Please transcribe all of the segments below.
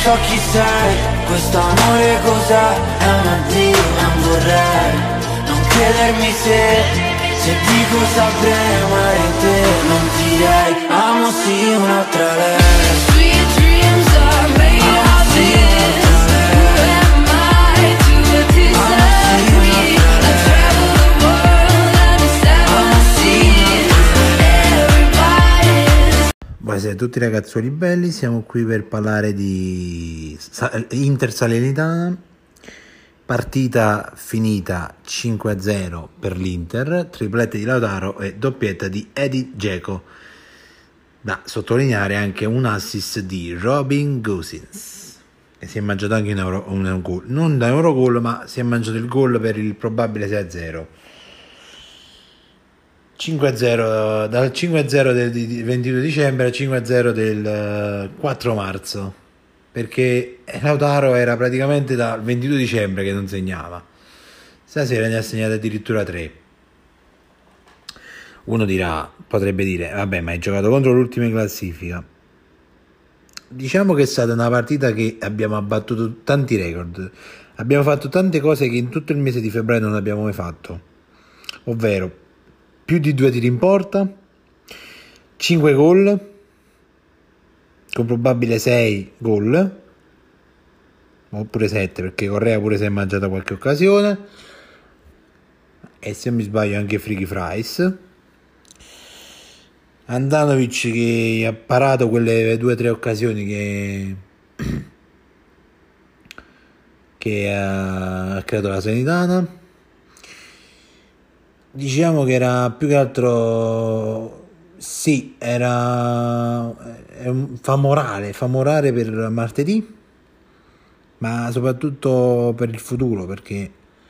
so chi sei, questo amore cos'è? È un addio, non vorrei non credermi se dico saprei amare te. Non direi amo sì un'altra lei. Sweet dreams are made of this. Who am I to disagree? I travel the world and set my seas. Everybody's. Buonasera a tutti ragazzuoli belli, siamo qui per parlare di Inter Salernitana, partita finita 5-0 per l'Inter, triplette di Lautaro e doppietta di Edin Dzeko. Da sottolineare anche un assist di Robin Gosens, che si è mangiato anche un gol, non da Eurogol, ma si è mangiato il gol per il probabile 6-0. 5-0 dal 5-0 del 22 dicembre al 5-0 del 4 marzo, perché Lautaro era praticamente dal 22 dicembre che non segnava. Stasera ne ha segnato addirittura 3. Uno potrebbe dire vabbè, ma hai giocato contro l'ultima in classifica. Diciamo che è stata una partita che abbiamo abbattuto tanti record, abbiamo fatto tante cose che in tutto il mese di febbraio non abbiamo mai fatto, ovvero più di 2 tiri in porta, 5 gol, con probabile 6 gol, oppure 7, perché Correa pure si è mangiata qualche occasione, e se non mi sbaglio anche Freaky Fries. Andanovic che ha parato quelle 2-3 occasioni che ha creato la Salernitana. Diciamo che era più che altro, sì, fa morale per martedì, ma soprattutto per il futuro, perché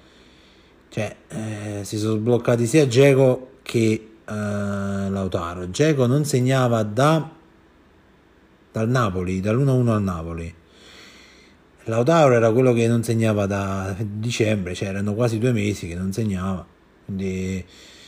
si sono sbloccati sia Dzeko che Lautaro. Dzeko non segnava dal Napoli, dall'1-1 al Napoli. Lautaro era quello che non segnava da dicembre, cioè erano quasi 2 mesi che non segnava. Quindi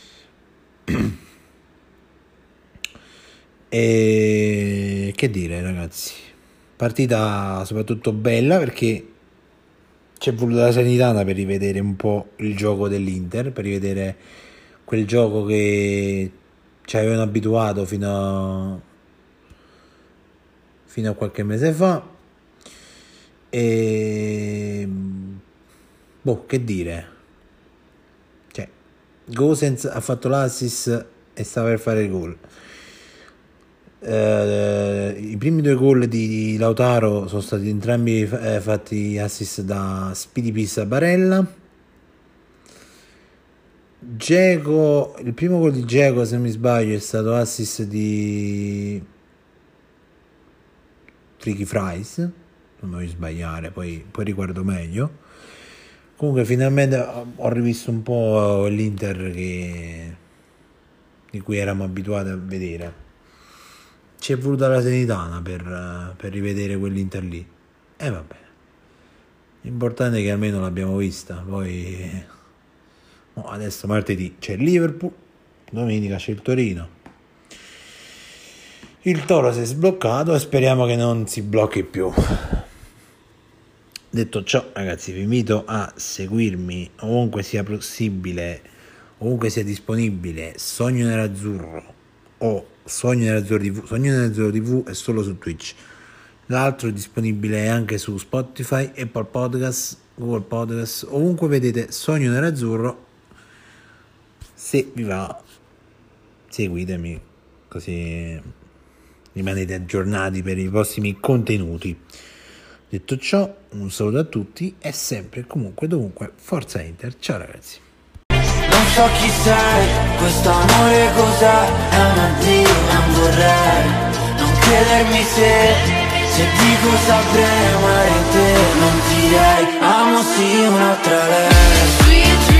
che dire ragazzi, partita soprattutto bella, perché c'è voluta la Salernitana per rivedere un po' il gioco dell'Inter, per rivedere quel gioco che ci avevano abituato fino a qualche mese fa. E che dire, Gosens ha fatto l'assist e stava per fare il gol. I primi 2 gol di Lautaro sono stati entrambi fatti assist da Speedy Pissa Barella. Dzeko, il primo gol di Dzeko, se non mi sbaglio, è stato assist di Freaky Fries, non voglio sbagliare, poi riguardo meglio. Comunque finalmente ho rivisto un po' l'Inter di cui eravamo abituati a vedere. Ci è voluta la Salernitana per rivedere quell'Inter lì. E va bene. L'importante è che almeno l'abbiamo vista. Poi adesso martedì c'è il Liverpool, domenica c'è il Torino. Il Toro si è sbloccato e speriamo che non si blocchi più. Detto ciò ragazzi, vi invito a seguirmi ovunque sia possibile, ovunque sia disponibile Sogno Nerazzurro o Sogno Nerazzurro TV. Sogno Nerazzurro TV è solo su Twitch, l'altro è disponibile anche su Spotify, Apple Podcast, Google Podcast, ovunque vedete Sogno Nerazzurro. Se vi va seguitemi, così rimanete aggiornati per i prossimi contenuti. Detto ciò, un saluto a tutti e sempre e comunque dovunque Forza Inter. Ciao ragazzi. Non so chi sei, questo amore cos'è? È un addio, non vorrei non credermi se dico saprei amare te. Non direi amo sì un'altra lei.